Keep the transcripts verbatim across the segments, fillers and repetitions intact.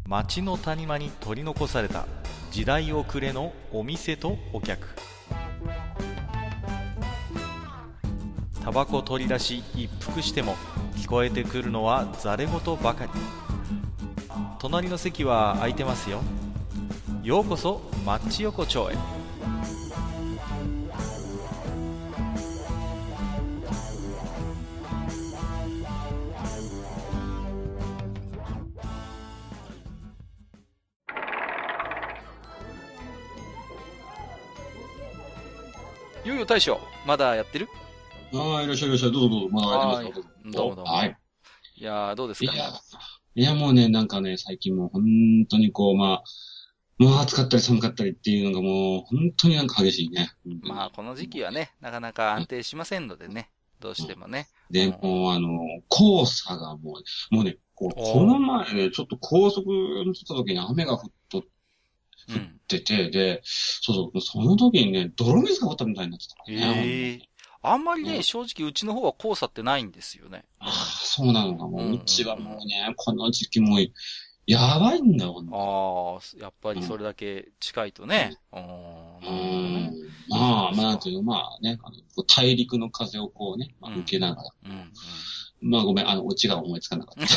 町の谷間に取り残された時代遅れのお店とお客。タバコ取り出し一服しても聞こえてくるのはざれ言ばかり。隣の席は空いてますよ。ようこそマッチ横丁へ。よいよ大将、まだやってる？ ああ、いらっしゃいいらっしゃい。どうぞどうぞ。まだやってますか？ どうもどうも。 はい。 いやー、どうですか？ いや、いやもうね、なんかね、最近もう本当にこう、まあ、もう暑かったり寒かったりっていうのがもう本当になんか激しいね。 まあ、この時期はね、なかなか安定しませんのでね、どうしてもね。 で、もうあの、黄砂がもう、もうね、こうこの前ね、ちょっと高速乗ってた時に雨が降っと、降ってて、うん、で、そうそう、その時にね、泥水が降ったみたいになってたからね。 ええー。あんまりね、正直うちの方は黄砂ってないんですよね。 ああ、そうなのかも。うちはもうね、この時期もやばいんだよ、 ああ、やっぱりそれだけ近いとね。 うん。うんまあ、まあ、という、まあね、あの大陸の風をこうね、まあ、受けながら。うんうんうんまあごめん、あの、オチが思いつかなかった。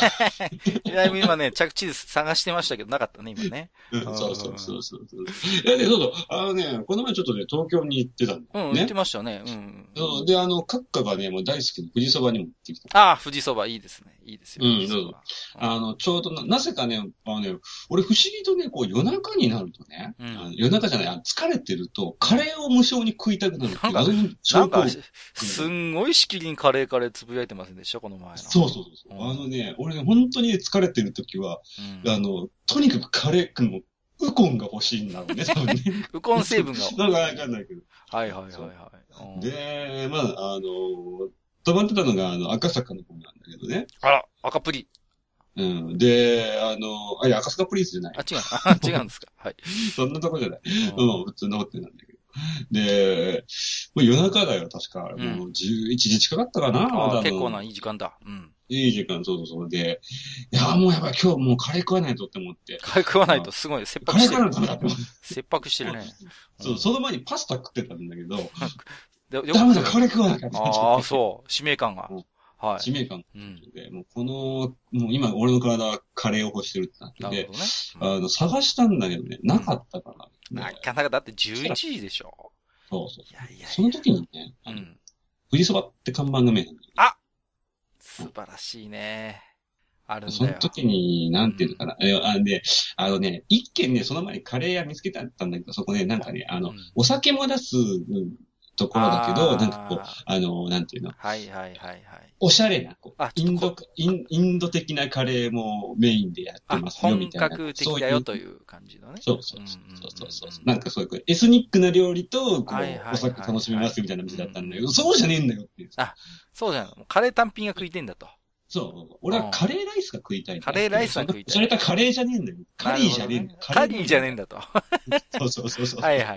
いや、今ね、着地図探してましたけど、なかったね、今ね。 うん、そうそうそうそう。いや、で、そうそう、あのね、この前ちょっとね、東京に行ってたんだよね。 うん、行ってましたね。うん。 そうで、あの、閣下がね、もう大好きな富士そばにも行ってきた。 ああ、富士そばいいですね。いいですよ。 うん、そうそう。あの、ちょうどな、なぜかね、あのね、俺不思議とね、こう夜中になるとね、うん、あの夜中じゃない、疲れてると、カレーを無償に食いたくなるっていう。 なんか、なんかすんごいしきりにカレーカレーつぶやいてませんでした、この前の。 そうそうそう。うん、あのね、俺ね、本当に疲れてる時は、うん、あの、とにかくカレー、もう、ウコンが欲しいんだろうね、多分ね。 ウコン成分が。 なんかわかんないけど。 はいはいはいはい。 で、まあ、あの、泊まってたのが、あの、赤坂の方なんだけどね。 あら、赤プリ。 うん。で、あの、あ、いや、赤坂プリンスじゃない。 あ、違う。あ、違うんですか。はい。 そんなとこじゃない。うん、普通のホテルなんだけど。で、もう夜中だよ、確か。もうじゅういちじ近かったかな、 あ、結構ないい時間だ。うん。 いい時間、そうそうそう。で、いや、もうやばい、今日もうカレー食わないとって思って。 カレー食わないとすごい、切迫してる。 カレー食わないとって思って。 切迫してるね。 そう、その前にパスタ食ってたんだけど、 ダメだ、カレー食わなきゃって。 ああ、そう。使命感が。はい。 使命感で、もうこの、もう今俺の体はカレーを欲してるってなってて、なるほどね。あの、探したんだけどね、なかったかな。なかなかだってじゅういちじでしょ。 そうそう。いやいやその時にね、うん。富士そばって看板が見えたんだよ。 あ素晴らしいね。あるんだよ。 その時に、なんていうのかな。うん、あで、あのね、一軒ね、その前にカレー屋見つけたんだけど、そこね、なんかね、あの、うん、お酒も出すところだけど、なんかこう、あの、なんていうの。 はいはいはいはい。 おしゃれな、こうインドイン、インド的なカレーもメインでやってますよ、みたいな。 本格的だよという感じのね。 そうそうそうそう。なんかそういう、エスニックな料理と、こう、お酒楽しめますみたいな店だったんだけど、そうじゃねえんだよっていう。 あ、そうじゃん。カレー単品が食いてんだと。 そう。俺はカレーライスが食いたいんだ。 カレーライスが食いたい。 それとカレーじゃねえんだよ。カリーじゃねえんだよ。 カリーじゃねえんだと。 そうそうそうそう。 はいはいはい。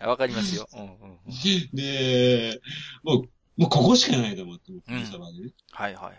わかりますよ。うんうんうん、 で、もう、もうここしかないと思って、もう、富士そばでね。 はいはいはい。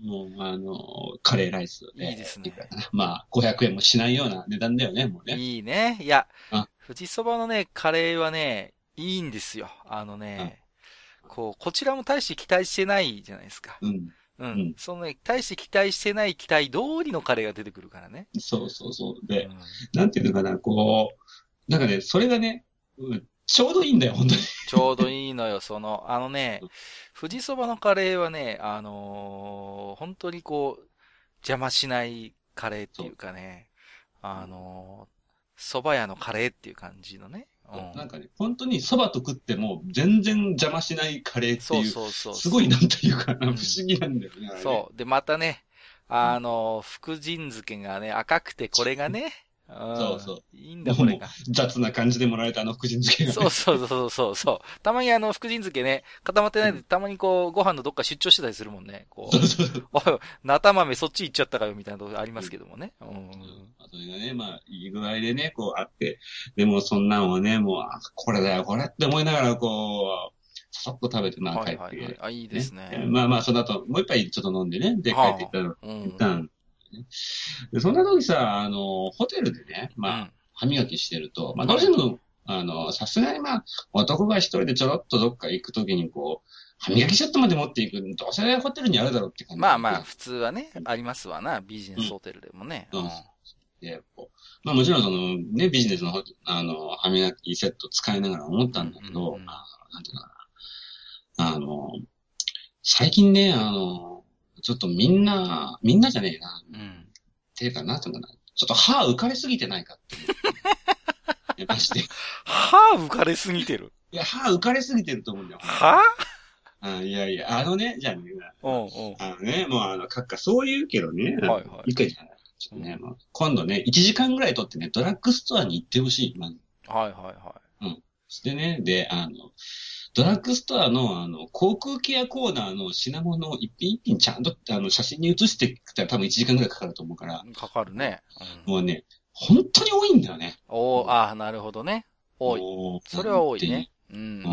もう、あの、カレーライス、 ね。いいですね。 まあ、ごひゃくえんもしないような値段だよね、もうね。 いいね。いや、富士そばのね、カレーはね、いいんですよ。あのね、こう、こちらも大して期待してないじゃないですか。 うん。 うん。うん、そのね、大して期待してない期待通りのカレーが出てくるからね。 そうそうそう。で、うん、なんていうのかな、こう、なんかね、それがね、うん、ちょうどいいんだよ、本当に。 ちょうどいいのよ、その、あのね、富士そばのカレーはね、あのー、本当にこう、邪魔しないカレーっていうかね、あのー、蕎麦屋のカレーっていう感じのね。 うん、なんかね、本当に蕎麦と食っても全然邪魔しないカレーっていう、そうそうそうすごいなんというかな、うん、不思議なんだよね。 そう。で、またね、あのー、福神漬けがね、赤くてこれがね、 そうそう。 いいんだ、これが。 雑な感じで盛られたあの福神漬けが、ね。 そうそうそうそうそう。たまにあの福神漬けね、固まってないで、うん、たまにこう、ご飯のどっか出張してたりするもんね。こう。そうそうそう。おい、なた豆そっち行っちゃったかよ、みたいなとこありますけどもね。うん。うん、 それがね、まあ、いい具合でね、こうあって、でもそんなんをね、もう、これだよ、これって思いながら、こう、さっと食べて、まあ帰って。はいはいはい、 あ、いいですね。 ねまあまあ、その後、もう一杯ちょっと飲んでね、で帰っていったの。うん、一旦で、そんな時さ、あの、ホテルでね、まあ、 うん。 歯磨きしてると、まあ、どうしても、あの、さすがにまあ、男が一人でちょろっとどっか行く時にこう、歯磨きセットまで持っていく、どうせホテルにあるだろうって感じまあまあ、 で行くじゃん。 普通はね、ありますわな。ビジネうん。 スホテルでもね。うそうん。 で、こう、まあもちろんその、ね、ビジネスのほ、あの、歯磨きセット使いながら思っうんたんだけど、 うんあなんていうのかな。あの、最近ね、あの、ちょっとみんな、みんなじゃねえな。 うん。うん。 ていうかな、というのかな。ちょっと歯浮かれすぎてないかって思ってね。いやまして。 歯浮かれすぎてる。 いや、歯浮かれすぎてると思うんだよ、本当はに。あいやいや、あのね、じゃあね、 うんうん。 あのね、もうあの、かっか、そう言うけどね、あのはいはい。 いいかじゃない。ちょっとね、もう今度ね、いちじかんぐらい取ってね、ドラッグストアに行ってほしい、まず。 はいはいはうん。でね、で、あの、ドラッグストアの、あの、航空ケアコーナーの品物を一品一品ちゃんと、あの、写真に写してきたら多分いちじかんぐらいかかると思うから、 い。かかるね。うん。 もうね、本当に多いんだよね。 おー、 もああ、なるほどね。 う、 多い。 もう、 それはなん多いね。 ていうんうんうんう。うん。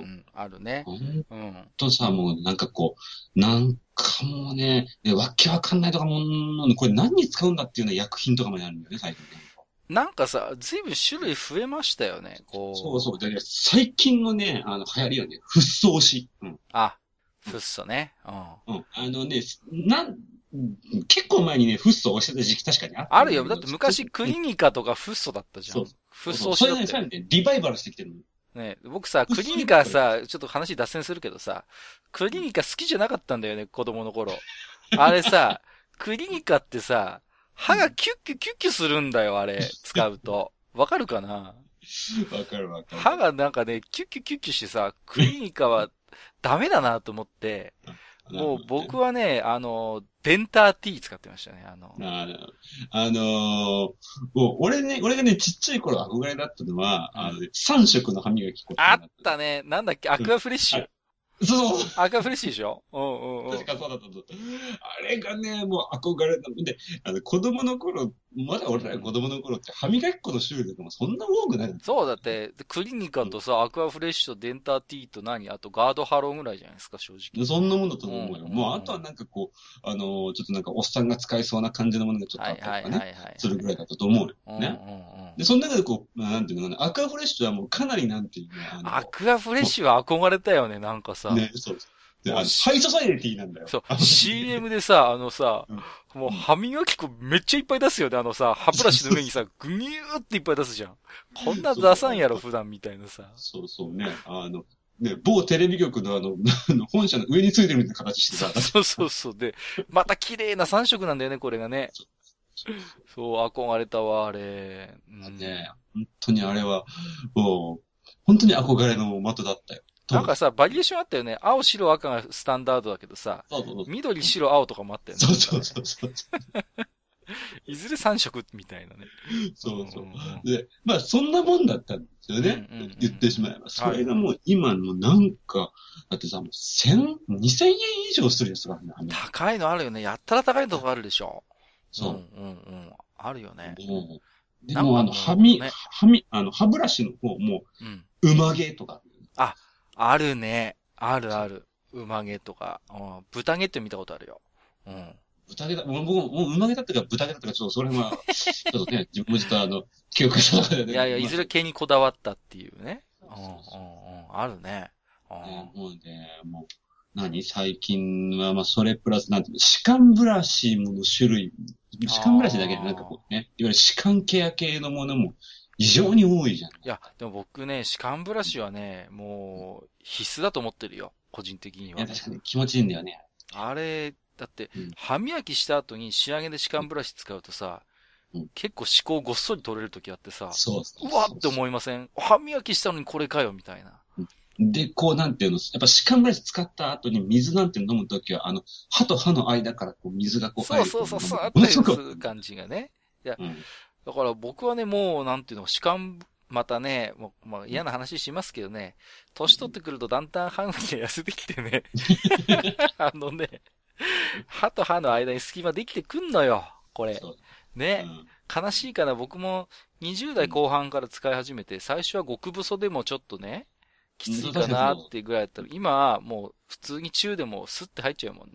うん。あるね。 ほんうん。 とさ、もうなんかこう、なんかもうね、わけわかんないとかもう、これ何に使うんだっていうような薬品とかまであるんだよね、最近ね。 なんかさ、ずいぶん種類増えましたよね。こう。 そうそう。でね、最近のね、あの、流行りはね、フッ素押し。うん。 あ、フッ素ね。うん。 うん。あのね、なん、結構前にね、フッ素押してた時期確かにあったあるよ。 んだけど、 だって昔クうん、 リニカとかフッ素だったじゃそうん。フッそうそう。 素推それね、 しだったよ。 さらにね、リバイバルしてきてるの。 ね、僕さ、 フックリニ素リバイバル。 カさ、ちょっと話脱線するけどさ、クリニカ好きじゃなかったんだよね、子供の頃。あれさ、クリニカってさ、歯がうん。 キュッキュキュッキュするんだよ、あれ、使うと。わかるかな？ わかるわかる。 歯がなんかね、キュッキュキュッキュしてさ、クリニカはダメだなと思って、 なるもうほどね。 僕はね、あの、デンター T 使ってましたね、あの。 あの、あのーもう俺ね、俺がね、ちっちゃい頃憧れだったのは、 うん。 あのね、さん色の歯磨き粉っていあっうのがあったの。 たね、なんだっけ、アうん。 クアフレッシュ。 あれ、そうそう。 アクアフレッシュでしょ？うんうんうん。 確かそうだったと。あれがね、もう憧れた。で、あの、子供の頃、まだ俺らが子供の頃って歯磨き粉の種類とかもそんな多くないの。 そうだって、クリニカとさ、アクアフレッシュとデンター T と何あとガードハローぐらいじゃないですか、正直。 そんなもんだとうんうん思うよ。もう、あとはうん。 なんかこう、あのーちょっとなんかおっさんが使いそうな感じのものがちょっとはいあったりとかね、 はいはいはいはい。 するぐらいだったと思うよ。 うんうんうね。 ん。 で、その中でこう、まあなんていうのかな、アクアフレッシュはもうかなりなんていうの、あの、 アクアフレッシュは憧れたよね、なんかさ。 ね、そうそう。で、あの、ハもうし、 イソサイエティなんだよ。 そう、 あのね、 シーエム でさ、あのさ、 うん。 もううん。 歯磨き粉めっちゃいっぱい出すよね、あのさ、歯ブラシの上にさ、ぐにゅーっていっぱい出すじゃん。こんなそうそう、 出さんやろ、 あの、 普段みたいなさ。 そうそうね、あの、ね、某テレビ局のあの、あの本社の上についてるみたいな形してさ、 そうそうそうそう。で、また綺麗なさん色なんだよね、これがね。 そうそうそう。 そう、憧れたわ、あれ。うね、 ん。 本当にあれは、もう、本当に憧れの的だったよ。当時。 なんかさ、バリエーションあったよね。青、白、赤がスタンダードだけどさ、 そうそう緑、 そう。 白、青とかもあったよね、 そうなんかね。 そうそうそう。 いずれさん色みたいなね。うんうんそうそう。で、まあ、そんなもんだったんですようん。うんね。 うんうん言ってしまえば。 うん。はいはい。 それがもう今のなんか、だってさ、もう千、二千円以上するやつがあるんだ、歯磨き。 高いのあるよね。やったら高いとこあるでしょ。うんうんそうん。あるよう。 ね。 もう、でも、 なんかあの、歯み、 もうね。 歯み、あの、歯ブラシの方も、 うん。 うま毛とか。 あ、あるね。あるそう。 ある。馬毛とか。うん。豚毛って見たことあるよ。うん。 豚毛だ、もう僕も、もううま毛だったか豚毛だったか、ちょっとそれは、ちょっとね、自分もちょっとあの、記憶した中でね、 いやいや、いまあ、 ずれ毛にこだわったっていうね。 そううんうんそうそうん。あるね。うう。ね、 ん。 もうね、もう、何最近は、まあ、それプラス、なんていうの、歯間ブラシの種類、歯間ブラシだけでなんかああ。 こうね、いわゆる歯間ケア系のものも異常に多いじゃん。 いや、でも僕ね、歯間ブラシはね、もう、必須だと思ってるよ。個人的にいや、 は。 確かに気持ちいいんだよね。 あれ、だって、 うん。 歯磨きした後に仕上げで歯間ブラシ使うとさ、 うん。 結構歯垢ごっそり取れる時あってさ、 そうそううわってそうそ思いません？歯磨きしたのにこれかよ、みたいな。 う。うん。で、こう、なんていうの、やっぱ歯間ブラシ使った後に水なんて飲むときは、あの、歯と歯の間からこう水がこう入ると、 そうそうそう、 もそうあっのたりすすごく、 る感じがね。いや、 うん。 だから僕はね、もう、なんていうの、歯間、またね、もう、まあうん。 嫌な話しますけどね、年取ってくるとだんだん歯茎が痩せてきてね、あのね、歯と歯の間に隙間できてくんのよ、これ。 そう。うね。 ん。 悲しいかな、僕もにじゅううん。 代後半から使い始めて、最初は極細でもちょっとね、きうん、 つい確かにそかなっていうぐらいだったら、今はもう普通に中でもスッて入っちゃうもんね。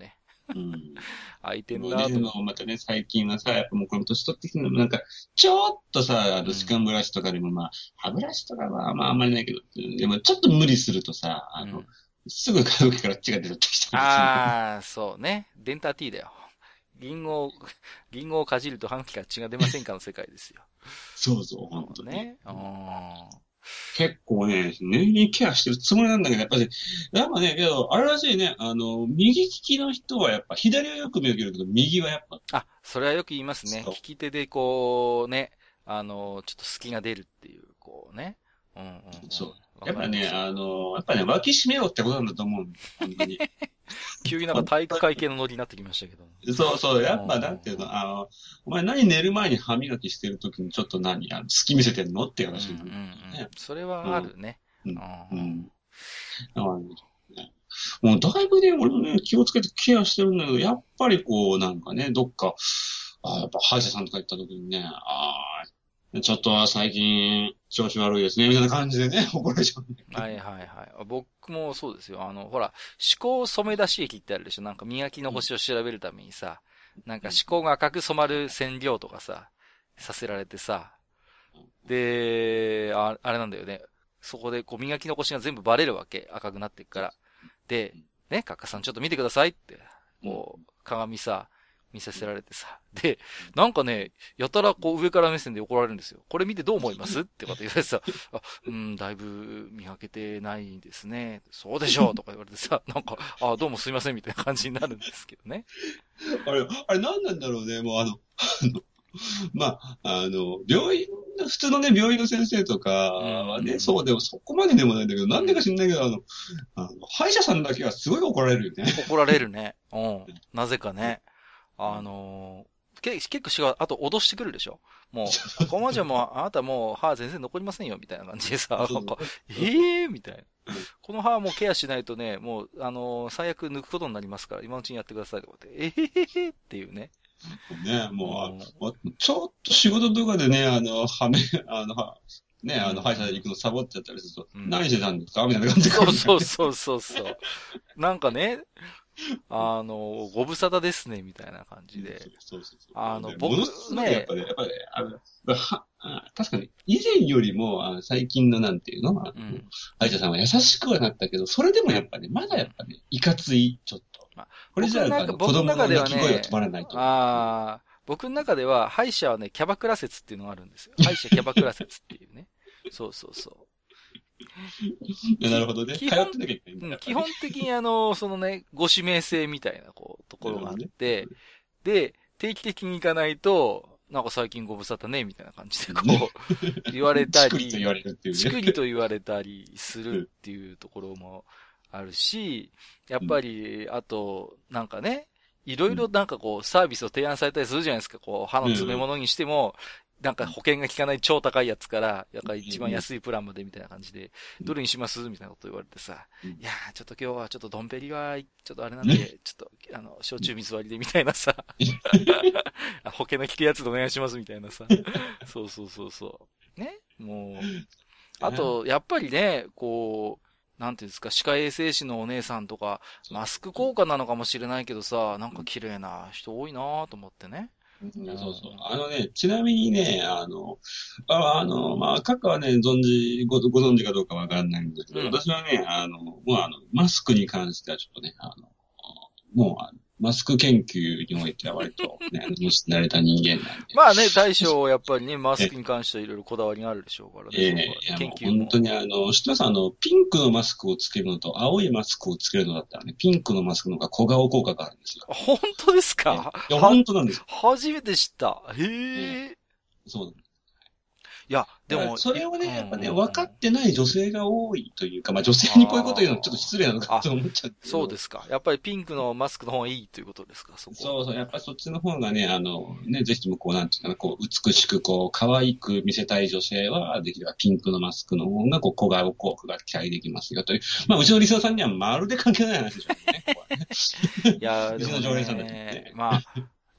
うん。 開いてんもうね、 なと思って。 もうまたね、最近はさ、やっぱもうこの年取ってきてもなんか、ちょっとさ、あの、歯うん。 間ブラシとかでもまあ、歯ブラシとかはまああんまりないけど、でもちょっと無理するとさ、あの、 うん。 すぐ髪の毛から血が出てきたりするのね。 あー、そうね。デンターティーだよ。リンゴを、リンゴをかじると歯茎から血が出ませんかの世界ですよ。 そうそう、本当に。 そうね。うん。 結構ね、念にケアしてるつもりなんだけど、やっぱり、やっぱね、けど、あれらしいね、あの、右利きの人はやっぱ、左はよく見受けるけど、右はやっぱ、 あ、それはよく言いますね。 そう。 利き手でこうね、あの、ちょっと隙が出るっていう、こうね。うんうんうん。 そう。 わやっぱね、 かりますよ。 あの、やっぱね、脇締めろってことなんだと思うんだよ。本当に。 急になんか体育会系のノリになってきましたけど。 そうそう、 うんやっぱなんていううんの、あの、お前何寝る前に歯磨きしてるときにちょっと何、あの、隙見せてんのっていううん。うんうんう話になるんだよん。 ね。 それうん、 はあるね。 うん、 うんうん。 うん。だからね、もうだいぶね、俺もね、気をつけてケアしてるんだけど、やっぱりこう、なんかね、どっか、あやっぱ歯医者さんとか行った時にね、ああ、ちょっと最近調子悪いですね、みたいな感じでね、怒られちゃうんだけど。 はいはいはい。僕もそうですよ。あの、ほら、歯垢染め出し液ってあるでしょ。なんか磨きうん、 残しを調べるためにさ、なんうん、 か歯垢が赤く染まる染料とかさ、させられてさ、で、あ、あれなんだよね。そこでこう磨き残しが全部バレるわけ。赤くなっていくから。で、ね、カッカさんちょっと見てくださいって、 うん、 こう、鏡さ、見させられてさ。で、なんかね、やたらこう上から目線で怒られるんですよ。これ見てどう思いますってこと言われてさ、あ、うん、だいぶ磨けてないですね。そうでしょうとか言われてさ、なんか、あ、どうもすいませんみたいな感じになるんですけどね。 あれ、あれ何なんだろうね、もうあの、まあ、あの、病院の、普通のね、病院の先生とかうん、うん、 はね、 うん。 そうでもそこまででもないんだけど、なんでかうん。 知んないけど、あの、あの、歯医者さんだけはすごい怒られるよね。 怒られるね。うん。なぜかね。あのー、け、結構しが、あと脅してくるでしょ。もう、このままじゃもう、あなたもう歯全然残りませんよ、みたいな感じでさ、 そうなんか、えそうえー、みたいな。 そう。 この歯はもうケアしないとね、もう、あのー最悪抜くことになりますから、今のうちにやってくださいとかって、えへへへっていうね。 ね、 うもん。 う、あちょっと仕事とかでね、あの、はめ、あの、はね、 うん、うあの、歯医者ん。 に行くのサボっちゃったりすると、 うん。 何してたんですかみたいな感じで来そうるんだよね。 そうそうそうそう。なんかね、あのーご無沙汰ですね、みたいな感じで。 そうそうそう。 あの、 もうね、もの僕すごいやっね、 ぱね、やっぱね、あの、は、あ確かに、以前よりも、あの最近のなんていうの、あの、 うん。 歯医者さんは優しくはなったけど、それでもやっぱね、まうん。 だやっぱね、いかつい、ちょっと。 まあ、 これじゃあ、あ僕の中、 の、子供僕の中ではの泣き声は止ね、 まらないと。 ああ、僕の中では、歯医者はね、キャバクラ説っていうのがあるんですよ。歯医者キャバクラ説っていうね。そうそうそう。 いやなるき、 ほどね。 基本、 通ってなきゃいけないんだ、 うん、 やっぱり。 基本的にあの、そのね、ご指名制みたいな、こう、ところがあっなるほどね。 て、で、定期的に行かないと、なんか最近ご無沙汰ね、みたいな感じでね。 こう、言われたチクリと言わり、 れるっていうね。 チクリと言われたりするうんっていうところもあるし、やっうんぱり、あと、なんかね、いろいろうんなんかこう、サービスを提案されたりするじゃないですか。こう、歯のうん詰め物にしても、なんか保険が効かない超高いやつから、なんか一番うん安いプランまでみたいな感じで、どれにしますみたいなこと言われてさ、 うんいやー、ちょっと今日はちょっとドンペリは、ちょっとあれなんね。 で、ちょっと、あの、焼酎水割りでみたいなさ、保険の効くやつでお願いしますみたいなさ、そうそうそうそう。ねもう、あと、やっぱりね、こう、なんていうんですか、歯科衛生士のお姉さんとか、マスク効果なのかもしれないけどさ、なんか綺麗な人多いなぁと思ってね。 うんうん。 そうそう。あのね、ちなみにね、あの、あ、あの、まあ、閣下はね、存じ、ご、ご存知かどうかわかんないんですけど、 うん。 私はね、あの、もうあの、マスクに関してはちょっとね、あの、もうあの、マスク研究においては割とね、もし慣れた人間なんで。 まあね、大将やっぱりね、マスクに関してはいろいろこだわりがあるでしょうからね、 えそこはね、 えいやもう研究も。 本当にあの、知ってますあの、ピンクのマスクをつけるのと青いマスクをつけるのだったらね、ピンクのマスクの方が小顔効果があるんですよ。 あ本当ですええいかや、 は、 本当なんですよ。 初めて知った。 ええへえ。 そうなんです。 いや、でだから、 も、い、 それをね、 うんうんやっぱね、分かうん。 ってない女性が多いというか、まあ女性にこういうこと言うのはちょっと失礼なのかああ。あ、 と思っちゃうんだけど、 そうですか。やっぱりピンクのマスクの方がいいということですか、そこは。 そうそう、やっぱりそっちの方がね、あの、ね、ぜひともこう、なんていうかな、こう、美しく、こう、可愛く見せたい女性は、できればピンクのマスクの方が、こう、小顔効果が期待できますよという。まあ、うちのリスナーさんにはまるで関係ない話でしょうね、ここはね。 いやー、 うちのでも常連さんたちもね、 ね。 まあ、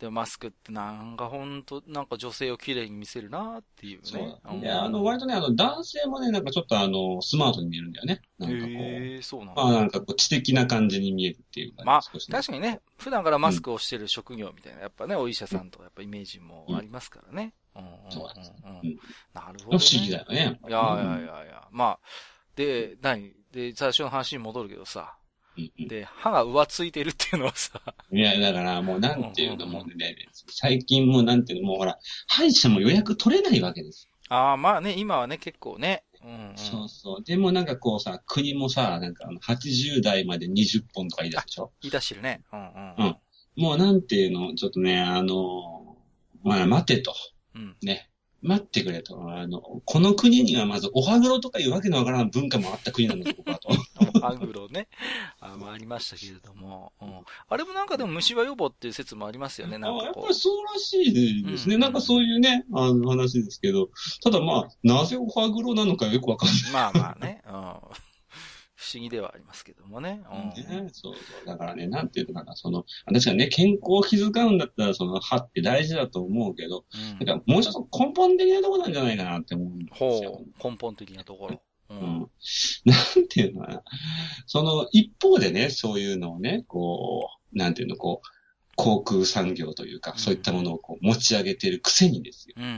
でもマスクってなんかほんと、なんか女性を綺麗に見せるなっていうね。 そう。で、あの、割とね、あの、男性もね、なんかちょっとあの、スマートに見えるんだよね。なんかこう。 へえ、そうなんまあだ。 なんかこう、知的な感じに見えるっていうか、ね、 まあ、 少しね。 確かにね、普段からマスクをしてる職業みたいな、やっぱね、お医者さんとかやっぱイメージもありますからね。うんうんうんうん。 そうですね。うん。 なるほど、ね。 不思議だよね、やっぱり、ね。 いやいやいやいや。まあ、で、何で、最初の話に戻るけどさ。 うんうん、 で、歯が浮ついてるっていうのはさ。 いや、だからもうなんていうのもね、最近もうなんていうのもうほら、歯医者も予約取れないわけです。 ああ、まあね、今はね、結構ね。うんうん、 そうそう。でもなんかこうさ、国もさ、なんかあのはちじゅう代までにじゅっぽんとか言い出すでしょ。 言い出してるね。うんうん。 うん。もうなんていうの、ちょっとね、あの、まあ待てと。 うん。 ね。待ってくれと。あの、この国にはまずお歯黒とかいうわけのわからん文化もあった国なんだぞ、ここはと。 お歯黒ね。あ、まあありましたけれども。うん。あれもなんかでも虫歯予防っていう説もありますよね、なんかこう。 あ、やっぱりそうらしいですね。 うんうんうん、 なんかそういうね、あの話ですけど。ただまあ、なぜお歯黒なのかよくわかんない。 まあまあね。うん。不思議ではありますけどもね。うん。 ね、そうそう。だからね、なんていうのかな、その、確かにね、健康を気遣うんだったら、その歯って大事だと思うけど、 うん、 なんかもうちょっと根本的なところなんじゃないかなって思うんですよ。 ほう。根本的なところ。うん。 うん。なんていうのかな。その、一方でね、そういうのをね、こう、なんていうの、こう、航空産業というか、そういったものをこう持ち上げてるくせにですよ。 うんうんうん。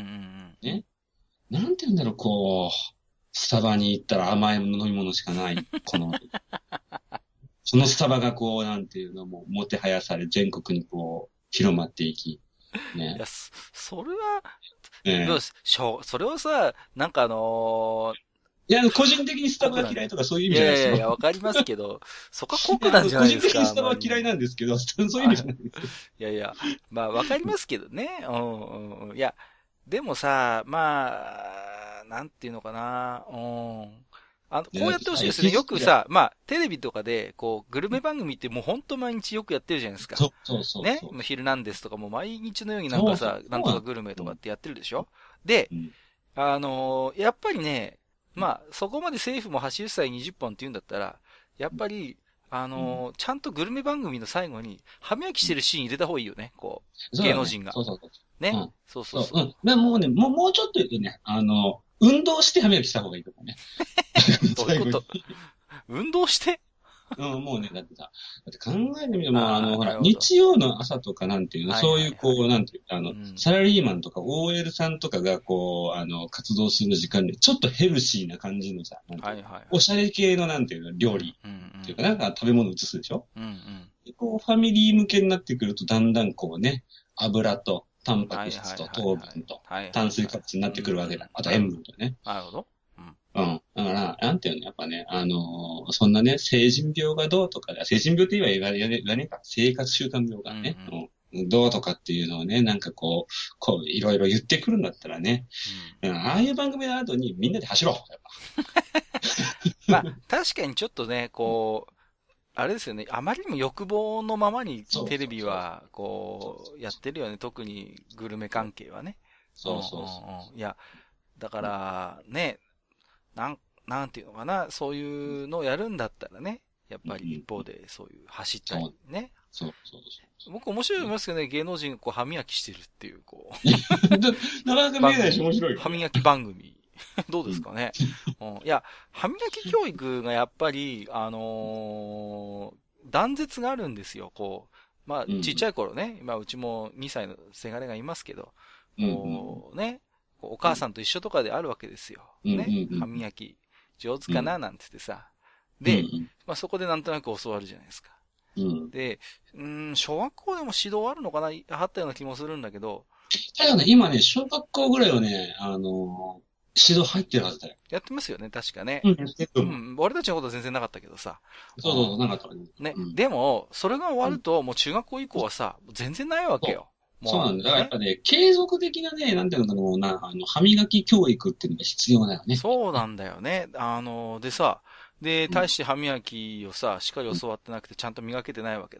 ね。なんていうんだろう、こう、スタバに行ったら甘い飲み物しかない、この、そのスタバがこう、なんていうのも、もてはやされ、全国にこう、広まっていき、ね。 いや、そ、それは、 ええ、 どうし、しょう、それをさ、なんかあのいや、個人的にスタバが嫌いとかそういう意ー、い味じゃないですよ。 やいやいや、わかりますけど、そこは酷いや、あの、 なんじゃ個人ないですか、 的にスタバはあまりにも。 嫌いなんですけど、そういう意味じゃないですよ。 いやいや、まあわかりますけどね。うんうんうん。いや、でもさ、まあ、なんていうのかな。うん。あの、 いや、 こうやっだってさ、 てほしいですね。 いや、いや、 よくさ、まあ、テレビとかで、こう、グルメ番組ってもうほんと毎日よくやってるじゃないですか。 そうそうそうね。 そう。 もうヒルナンデスとかも毎日のようになんそうそう、 かさ、なんとかそうなんグルメとかっうん。 てやってるでしょ。で、 うん。 あのーやっぱりね、まあ、そこまで政府もはちじゅっさいにじゅっぽんって言うんだったら、やっぱり、あうん。 のーちゃんとグルメ番組の最後に、歯磨きしてるシーン入れた方がいいよね、こう、 そうだね。 芸能人が。 そうそうそう。うね。 ん。そう、 そうそうそう。 うん。でもうね、もう、もうちょっと言うとね、あの、運動して歯磨きした方がいいと思うね。 どういう最後に。 こと？運動して？ うん、もうね、だってさ、だって考えてみても、あああ、 の、ほら、 なるほど。 日曜の朝とかなんていうの、 はいそういう、こはいはい。 う、なんていう、あの、 うん。 サラリーマンとか オーエル さんとかが、こう、あの、活動する時間で、ちょっとヘルシーな感じのさ、なんていうの、 はいはいはい。 おしゃれ系の、なんていうの、 うん、 料理うん、 っていうか、なんか食べ物移すでしょ。 うん。うん、うん。 でこう、ファミリー向けになってくると、だんだんこうね、油と、タンパはいク質とはいはいはい。 糖分と、 はいはいはい。 炭水化物になってくるわけだ。 うん、 あと塩なるほど。 分とね。 なるほど。うん。 うん。だから、なんていうの、やっぱね、あのーそんなね、成人病がどうとか、成人病って言えば言わ言わねえか、生活習慣病うん、うがね、 ん。 うん、どうとかっていうのをね、なんかこう、こう、いろいろ言ってくるんだったらね、 うん。 うん、ああいう番組の後にみんなで走ろう、やっぱ。 まあ、確かにちょっとね、こう、あれですよね。あまりにも欲望のままにそうテレそうそう。 ビは、こう、やってるよね。特にグルメ関係はね。うんうんそうそうそうん。いや、だから、ね、なん、なんていうのかな。そういうのをやるんだったらね。やっう。うぱり一ん、 方でそういう走ったりそう、 ね。 そうそうそ僕面白いと思いますけどね。芸能人がこう歯磨きしてるっていう、こう、 う。なかなか見えないし番組。 面白いよね。 歯磨き番組。どううん。 ですかね。うん、いや、歯磨き教育がやっぱり、あのー断絶があるんですよ。こう、まあ、 うん。 ちっちゃい頃ね、今うちもにさいのせがれがいますけど、 うん。うん。 こうね、こうおうん。 母さんと一緒とかであるわけですよ。 うん。うね、歯ん。 磨き上手うん。 かななんて言ってさ。 うん。うで、 ん。 まあそこでなんとなく教わるじゃないですか。 うん。 で、うーん、小学校でも指導あるのかなあったような気もするんだけど、 ただね、今ね、小学校ぐらいはね、あのー指導入ってるはずだよ。 やってますよね、確かね。 うん、やってると思う。 うん、俺たちのことは全然なかったけどさ。うそうそうそう、なかったわね。 ん。ね。 うん。 でも、それが終わうん。 ると、もう中学校以降はさ、全然ないわけそう。 よ。 そうなんだ。だもう、ね。 からやっぱね、継続的なね、なんていうのかな、もうな、あの、歯磨き教育っていうのが必要だよね。 そうなんだよね。あの、でさ、で、 うん。 大して歯磨きをさ、しっかりうん。 教わってなくて、ちゃんと磨けてないわけだ。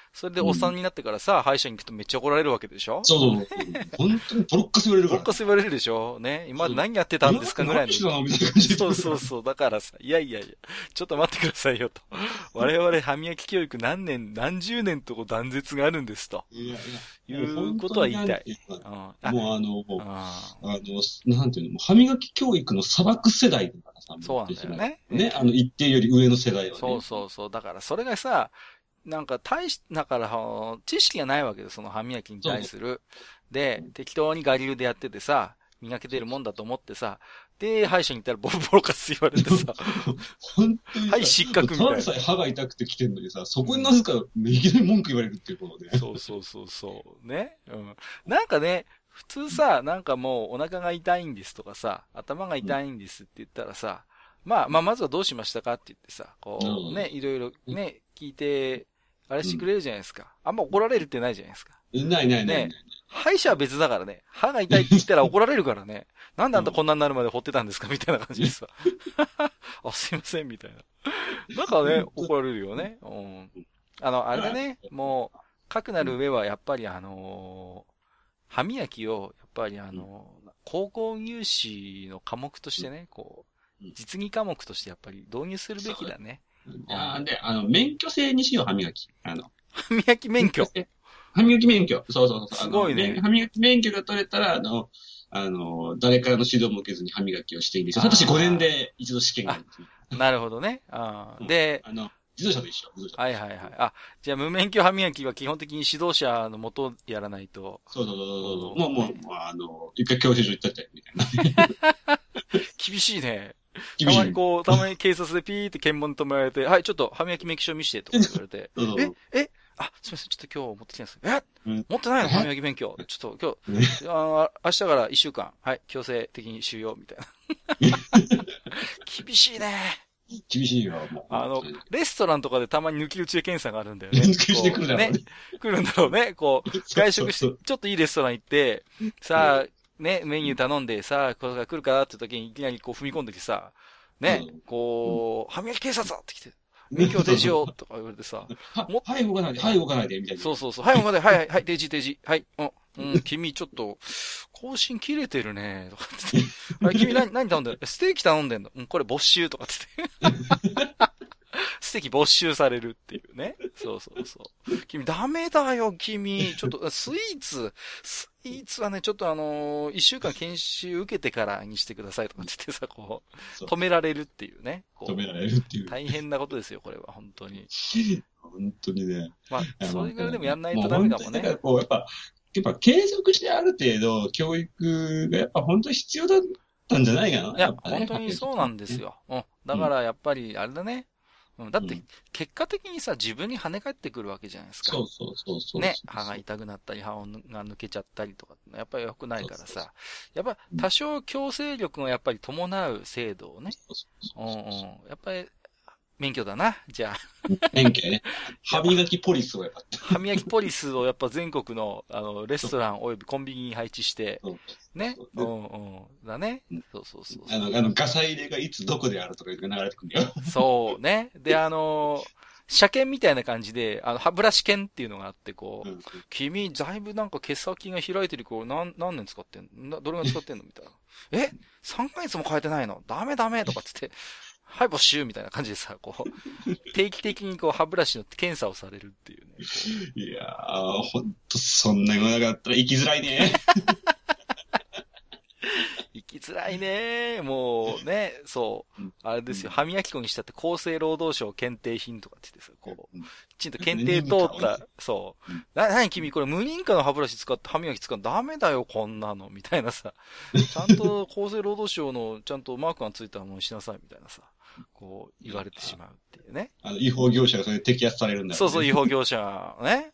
それでおっさんになってからさ、歯医者に行くとめっちゃ怒られるわけでしょ。 そうそうそう。本当にボロッカス言われるから。 ボロッカス言われるでしょね。今まで何やってたんですかぐらいの。そうそうそう。だからさ、いやいやいや、ちょっと待ってくださいよと。我々歯磨き教育何年、何十年とこ断絶があるんですと。 いやいや、 いうことは言いたい。 もうあの、もうあの、なんていうの、歯磨き教育の砂漠世代だからさ、 そうなんだよね。 ね、あの、一定より上の世代はね。 そうそうそう。だからそれがさ、なんか大し、だから、知識がないわけです、その歯磨きに対する。で、適当に我流でやっててさ、磨けてるもんだと思ってさ、で、歯医者に行ったらボロボロかす言われてさ、 本当にはい、失格みたいな。たださえ歯が痛くて来てんのにさ、そこになぜか、いきなり文句言われるっていうことで。 そうそうそうそう。ね。うん。なんかね、普通さ、なんかもうお腹が痛いんですとかさ、頭が痛いんですって言ったらさ、まあ、まあ、まずはどうしましたかって言ってさ、こうね、いろいろね、聞いて、あれしてくれるじゃないですか。あんま怒られるってないじゃないですか。 ないないない。 ね。歯医者は別だからね。歯が痛いって言ったら怒られるからね。なんであんたこんなになるまで掘ってたんですかみたいな感じでさ。あ、すいません、みたいな。だからね、怒られるよね。うん。あの、あれだね。もう、かくなる上はやっぱりあのー、歯磨きを、やっぱりあのー、高校入試の科目としてね、こう、実技科目としてやっぱり導入するべきだね。 あで、あの、免許制にしよう、歯磨き。あの、 歯磨き免許。 歯磨き免許。そうそうそう。 すごいね。 歯磨き免許が取れたら、あの、あの、誰からの指導も受けずに歯磨きをしていいんですよ。ただしごねんで一度試験があるんですね。 なるほどね。あで、 あの、自動車と一緒。 はいはいはい。あ、じゃあ無免許歯磨きは基本的に指導者のもとやらないと。 そうそうそうそう。もうもう、あの、一回教習所行ったってみたいな。 厳しいね。たまにこう、たまに警察でピーって検問止められて、はい、ちょっと歯磨き免許証見してとか言われて、え、え、あ、すみません、ちょっと今日持ってきたんです。え、うん、持ってないの歯磨き免許。ちょっと今日、あ明日から一週間、はい、強制的に収容、みたいな。厳しいね。 厳しいよ、もう。 あの、レストランとかでたまに抜き打ちで検査があるんだよね。 抜き打ちで来るだろうね。来るんだろうね。こう、外食して、ちょっといいレストラン行って、さあ、ね、メニュー頼んでさ、これが来るかなって時にいきなりこう踏み込んできてさ、ね、こう、歯磨き警察だって来て、免許停止よとか言われてさ、 もはい、動かないで、はい、動かないで、みたいな。 そうそうそう、はい、動かないで、はい、はい、はい、停止、停止、はい、うん、うん、君ちょっと、更新切れてるね、とかって。あれ、君何、何頼んでるステーキ頼んでんのうん、これ没収とかって。ステーキ没収されるっていうね。そうそうそう。君ダメだよ、君。ちょっと、スイーツ、スイーツはね、ちょっとあのー、一週間研修受けてからにしてくださいとかって言ってさ、こう、止められるっていうね。こう止められるっていう。 大変なことですよ、これは、本当に。 本当にね。 まあ、それぐらいでもやんないとダメかもね。 もうこう、やっぱ、やっぱ継続してある程度、教育がやっぱ本当に必要だったんじゃないかな。 いや、本当にそうなんですよ。うん。だからやっぱり、あれだね。うん、だって、結果的にさ、自分に跳ね返ってくるわけじゃないですか。 そうそうそうそう。 ね、歯が痛くなったり、歯が抜けちゃったりとか、やっぱり良くないからさ、やっぱ多少強制力がやっぱり伴う制度をね、うんうん、やっぱり、免許だな、じゃあ。 免許ね。歯磨きポリスをやっぱ。 歯磨きポリスをやっぱ全国の、あの、レストランおよびコンビニに配置して、ね。うんうん。だね。そうそうそう。 あの、あの、ガサ入れがいつどこであるとか流れてくるんだよ。 そうね。で、あの、車検みたいな感じで、あの、歯ブラシ検っていうのがあって、こう、うん、君、だいぶなんか毛先が開いてる、こう、何、何年使ってんのどれが使ってんのみたいな。え ?さん ヶ月も変えてないのダメダメとかつって、はい、没収みたいな感じでさ、こう、定期的にこう、歯ブラシの検査をされるっていうね。 いやー、ほんと、そんな世の中だったら生きづらいね。 生きづらいね。もうね、そう。あれですよ。歯磨き粉にしたって厚生労働省検定品とかって言ってさ、こう、きちんと検定通った、そう。な、なに君これ無認可の歯ブラシ使って歯磨き使うのダメだよ、こんなの。みたいなさ。ちゃんと厚生労働省のちゃんとマークがついたものにしなさい、みたいなさ。こう、言われてしまうっていうね。 あの、違法業者がそれで摘発されるんだよ、ね。 そうそう、違法業者ね。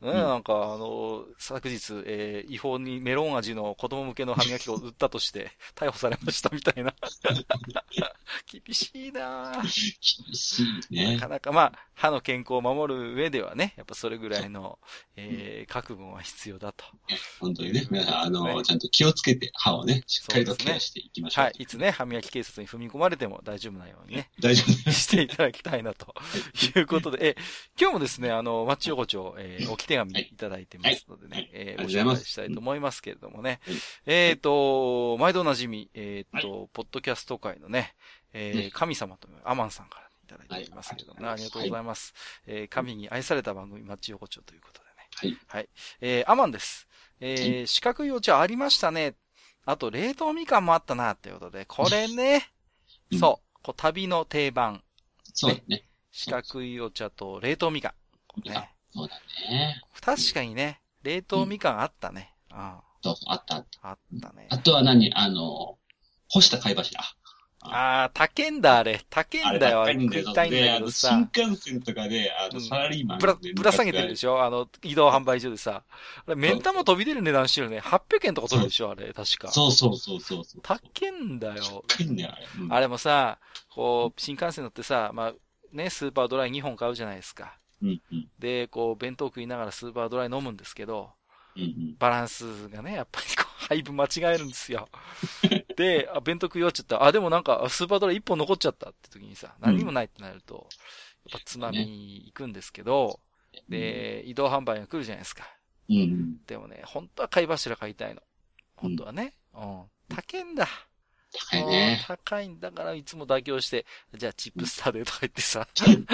ね、うん、なんか、あの、昨日、えー、違法にメロン味の子供向けの歯磨き粉を売ったとして、逮捕されましたみたいな。厳しいなぁ。 厳しいね。 なかなか、まあ、歯の健康を守る上ではね、やっぱそれぐらいの、えー、覚悟は必要だと。 本当にね、皆さん、あの、ね、ちゃんと気をつけて歯をね、しっかりとケアしていきましょう。 はい。いつね、歯磨き警察に踏み込まれても大丈夫なようにね。 大丈夫していただきたいな、ということで、え、今日もですね、あの、マッチ横丁、えー、置き手紙いただいてますのでね、はい、えー、ご紹介したいと思いますけれどもね。はい、えっ、ー、と、毎度おなじみ、えっ、ー、と、はい、ポッドキャスト界のね、えー、神様というアマンさんからいただいておりますけれどもね、はい、ありがとうございます。はい、えー、神に愛された番組、マッチ横丁ということでね。はい。はい。えー、アマンです。えー、はい、四角いお茶ありましたね。あと、冷凍みかんもあったな、っていうことで、これね、うん、そう、こう旅の定番。 そうですね。 四角いお茶と冷凍みかん。 ね。そうだね。 確かにね、冷凍みかんあったね。 うん、ああそうそう、あったあった。 あったね。 あとは何あの、干した貝柱。 ああ、高んだあれ。高んだよ。食いたいんだけどさ。 新幹線とかで、あの、サラリーマンぶら、ぶら下げてるでしょあの、移動販売所でさ。あれ、目ん玉飛び出る値段してるね。はっぴゃくえんとか取るでしょあれ、確か。 そうそうそうそうそう。 高んだよ。 高いんだよ、あれ。 うん、あれもさ、こう、新幹線乗ってさ、まあ、ね、スーパードライにほん買うじゃないですか。 うんうん、 で、こう、弁当食いながらスーパードライ飲むんですけど、 うんうん、 バランスがね、やっぱりこう、配分間違えるんですよ。で、あ、弁当食い終わっちゃった。あ、でもなんか、スーパードライいっぽん残っちゃったって時にさ、何にもないってなると、やっぱつまみ行くんですけど、で、移動販売が来るじゃないですか。 うん、 でもね、本当は貝柱買いたいの。本当はね。うん。高いんだ。 高いね。 高いんだからいつも妥協して、じゃあチップスターでとか言ってさ。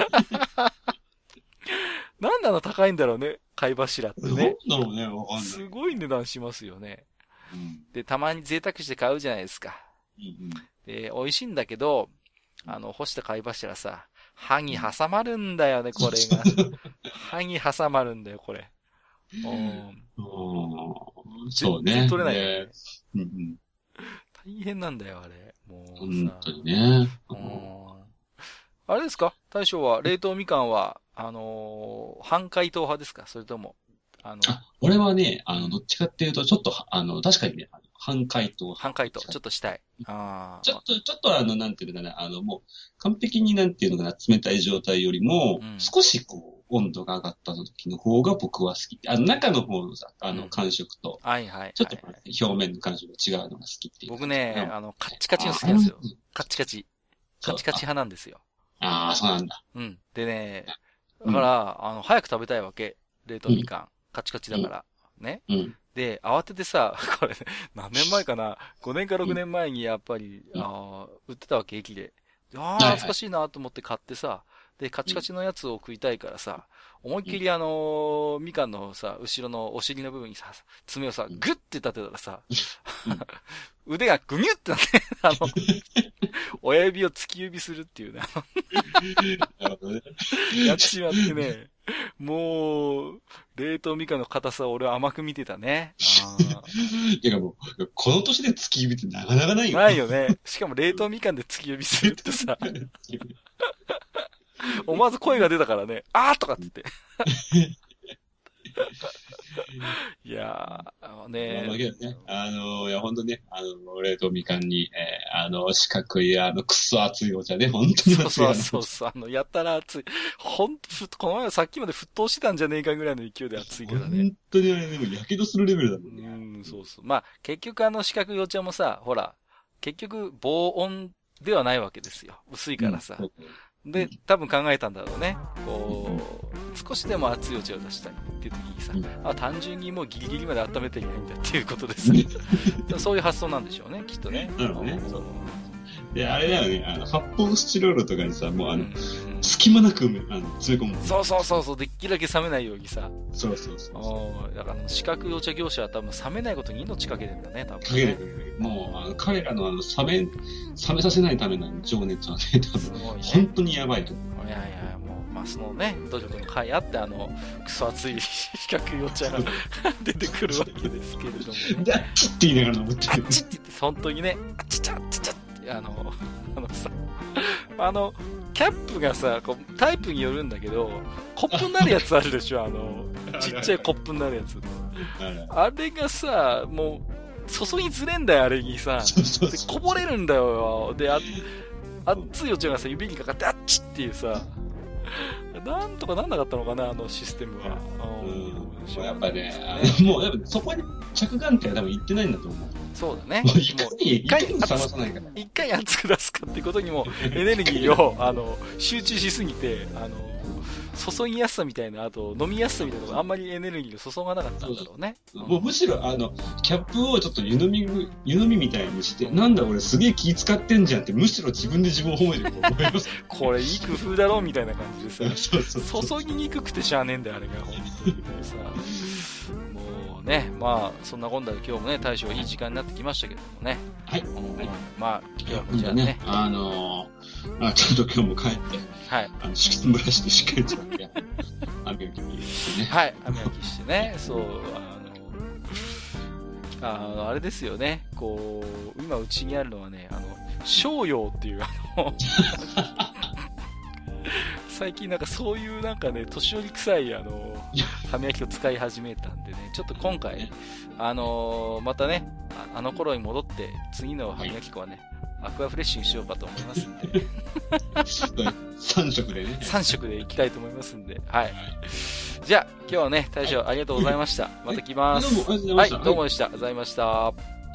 なんであの高いんだろうね、貝柱ってね。 なんだろうね、わかんない。 すごい値段しますよね。 うん、 で、たまに贅沢して買うじゃないですか。 うん、 で、美味しいんだけど、あの、干した貝柱さ、歯に挟まるんだよね、これが。歯に挟まるんだよ、これ。 うん。そうね。 全然取れないよね。 ねうんうん、 大変なんだよ、あれ。もうさ。 本当にね。 うん。あれですか大将は、冷凍みかんは、あのー、半解凍派ですかそれとも、あの、 あ、俺はね、あの、どっちかっていうと、ちょっと、あの、確かにね、半解凍。 半解凍、ちょっとしたい。あちょっと、ちょっとあの、なんていうのかな、あの、もう、完璧になんていうのかな、冷たい状態よりも、うん、少しこう、温度が上がった時の方が僕は好き。あの、中の方のさ、あの、感触と、 うん、はいはい。 ちょっと表面の感触が違うのが好きっていう。 僕ね、あの、カッチカチの好きなんですよ。カッチカチ。カチカチ派なんですよ。 ああ、そうなんだ。 うん。でね、だから、うん、あの、早く食べたいわけ。冷凍みかん。うん、カチカチだから。うん、ね。 うん。 で、慌ててさ、これ、何年前かな ?ご 年かろくねんまえにやっぱり、うん、あ売ってたわけ、駅で。ああ、懐かしいなと思って買ってさ、で、カチカチのやつを食いたいからさ、思いっきりあのー、みかんのさ、後ろのお尻の部分にさ、爪をさ、グッて立てたらさ、腕がグニュってなって、あの、親指を突き指するっていうね、やっちまってね、もう、冷凍みかんの硬さを俺は甘く見てたね。あいやもう、この年で突き指ってなかなかないよ。 ないよね。しかも冷凍みかんで突き指するってさ、思わず声が出たからね、あーとかって言って。いやー、ねー。まあ、けどね、あのー、いや、ほんとね、あの、冷凍みかんに、えー、あの、四角い、あの、くっそ熱いお茶ね、ほんとに熱い。 そうそうそうそう、あの、やったら熱い。ほんと、この前はさっきまで沸騰してたんじゃねえかぐらいの勢いで熱いからね。 ほんとにあれね、もう、やけどするレベルだもんね。 うん、そうそう。まあ、結局あの四角いお茶もさ、ほら、結局、防音ではないわけですよ。薄いからさ。うんで、多分考えたんだろうね。こう、少しでも熱いお茶を出したいっていう時にさ、うん、あ、単純にもうギリギリまで温めていないんだっていうことでさ、そういう発想なんでしょうね、きっとね。 なるほどね。そうで、あれだよね、あの、発泡スチロールとかにさ、もうあの、うん、隙間なくあの詰め込む。 そうそうそうそう、できるだけ冷めないようにさ。 そうそうそうそう。 だから、四角いお茶業者は多分冷めないことに命かけてんだね、多分、ね。 かけてる。もう、あの、彼らのあの、冷め、冷めさせないための情熱はね、多分、ね、本当にやばいと思う。 いやいや、もう、まあ、そのね、努力の甲斐あって、あの、クソ熱い四角いお茶が出てくるわけですけれども、ね。 で、あっちって言いながら飲むっていう。 あっちって言って、本当にね、あっちちゃ、あっちちゃって、 あの、あのさ、あの、キャップがさ、こうタイプによるんだけど、コップになるやつあるでしょ、あの、ちっちゃいコップになるやつ。あれがさ、もう、注ぎずれんだよ、あれにさ。 そうそうそうでこぼれるんだよ。で、あ、熱いお茶がさ、指にかかって、あっちっていうさ、なんとかなんなかったのかな、あのシステムは。 うん、やっぱね、あのもう、やっぱそこに着眼点は多分行ってないんだと思う。 そうだね。 もういかに、いかに冷ま一回さないか。 一回熱く出すかっていうことにもエネルギーをあの集中しすぎて、あの注ぎやすさみたいな、あと飲みやすさみたいなのがあんまりエネルギーを注がなかったんだろうね。 そうそうもうむしろ、あの、キャップをちょっと湯飲み、湯飲みみたいにして、なんだ俺すげえ気使ってんじゃんって、むしろ自分で自分を褒めてると思います。 これいい工夫だろみたいな感じでさ、 そうそうそう注ぎにくくてしゃあねえんだよ、あれが。本当にさ。もうね、まあ、そんなこんなで今日もね、大将いい時間になってきましたけどもね。 はい。 うんはい、 まあ、今日はこちらね。 ねあのー、あ、ちゃんと今日も帰って、 はい。 あの、敷きブラシでしっかりと、雨を切ってね。 はい、雨をきしてね、そう、あの、あの、あれですよね、こう、今うちにあるのはね、あの、商用っていう、あの、最近なんかそういうなんかね、年寄り臭い、あの、歯磨きを使い始めたんでね、ちょっと今回、あの、またね、ああの頃に戻って、次の歯磨き粉はね、アクアフレッシュにしようかと思いますんで。 さん色でね。 さん色でいきたいと思いますんで。はい。じゃあ、今日はね、大将ありがとうございました。また来ます。 どうもありがとうございました。 はい、どうもでした。ありがとうございました。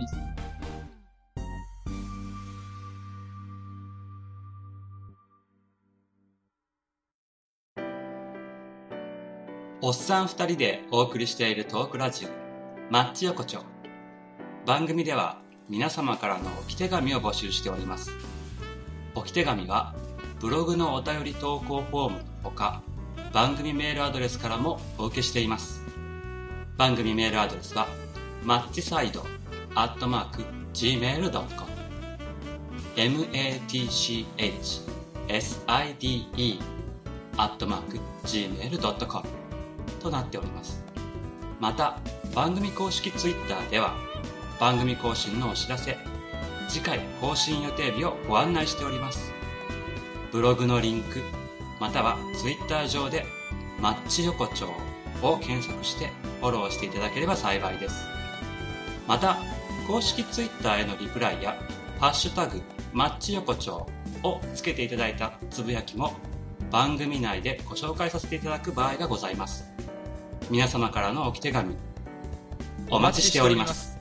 おっさん二人でお送りしているトークラジオ、マッチ横丁。番組では皆様からの置き手紙を募集しております。置き手紙はブログのお便り投稿フォームのほか、番組メールアドレスからもお受けしています。番組メールアドレスはマッチサイドアットマーク ジーメールドットコム matchside アットマーク ジーメールドットコム となっております。また番組公式ツイッターでは番組更新のお知らせ、次回更新予定日をご案内しております。ブログのリンクまたはツイッター上でマッチ横丁を検索してフォローしていただければ幸いです。また公式ツイッターへのリプライやハッシュタグマッチ横丁をつけていただいたつぶやきも番組内でご紹介させていただく場合がございます。皆様からの置き手紙お待ちしております。